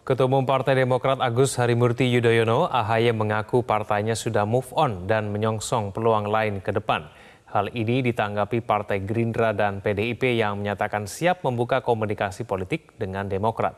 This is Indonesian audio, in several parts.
Ketua Umum Partai Demokrat Agus Harimurti Yudhoyono, AHY mengaku partainya sudah move on dan menyongsong peluang lain ke depan. Hal ini ditanggapi Partai Gerindra dan PDIP yang menyatakan siap membuka komunikasi politik dengan Demokrat.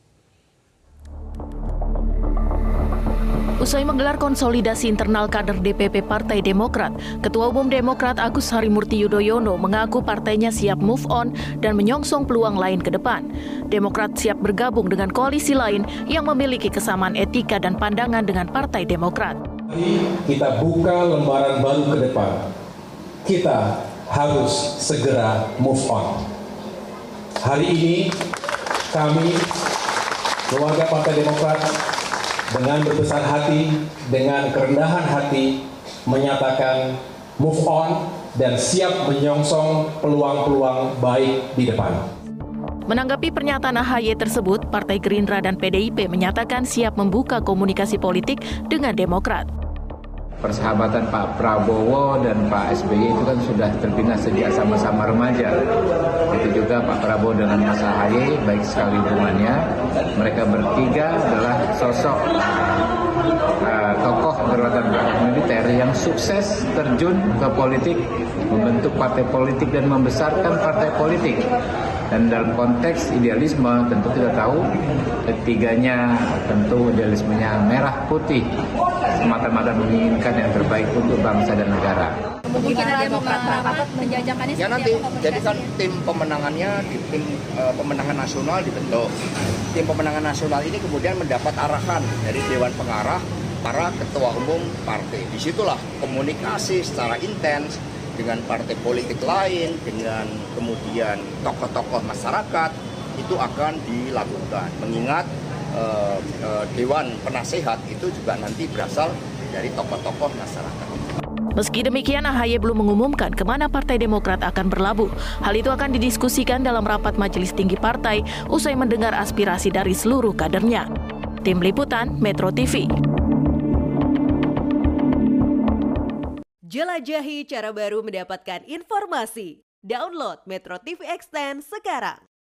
Usai menggelar konsolidasi internal kader DPP Partai Demokrat, Ketua Umum Demokrat Agus Harimurti Yudhoyono mengaku partainya siap move on dan menyongsong peluang lain ke depan. Demokrat siap bergabung dengan koalisi lain yang memiliki kesamaan etika dan pandangan dengan Partai Demokrat. Kita buka lembaran baru ke depan. Kita harus segera move on. Hari ini kami, keluarga Partai Demokrat, dengan berbesar hati, dengan kerendahan hati, menyatakan move on dan siap menyongsong peluang-peluang baik di depan. Menanggapi pernyataan AHY tersebut, Partai Gerindra dan PDIP menyatakan siap membuka komunikasi politik dengan Demokrat. Persahabatan Pak Prabowo dan Pak SBY itu kan sudah terbina sejak sama-sama remaja. Itu juga Pak Prabowo dengan Mas AHY, baik sekali hubungannya. Mereka bertiga adalah sosok tokoh berlatar belakang militer yang sukses terjun ke politik, membentuk partai politik dan membesarkan partai politik. Dan dalam konteks idealisme tentu kita tahu ketiganya tentu idealismenya merah putih, semata-mata menginginkan yang terbaik untuk bangsa dan negara. Kemungkinan Demokrat menjajakannya ya nanti, jadi kan tim pemenangannya di tim pemenangan nasional dibentuk. Tim pemenangan nasional ini kemudian mendapat arahan dari Dewan Pengarah para ketua umum partai. Disitulah komunikasi secara intens dengan partai politik lain, dengan kemudian tokoh-tokoh masyarakat itu akan dilakukan. Mengingat Dewan Penasehat itu juga nanti berasal dari tokoh-tokoh masyarakat. Meski demikian, AHY belum mengumumkan kemana Partai Demokrat akan berlabuh. Hal itu akan didiskusikan dalam rapat Majelis Tinggi Partai usai mendengar aspirasi dari seluruh kadernya. Tim Liputan Metro TV. Jelajahi cara baru mendapatkan informasi. Download Metro TV Extend sekarang.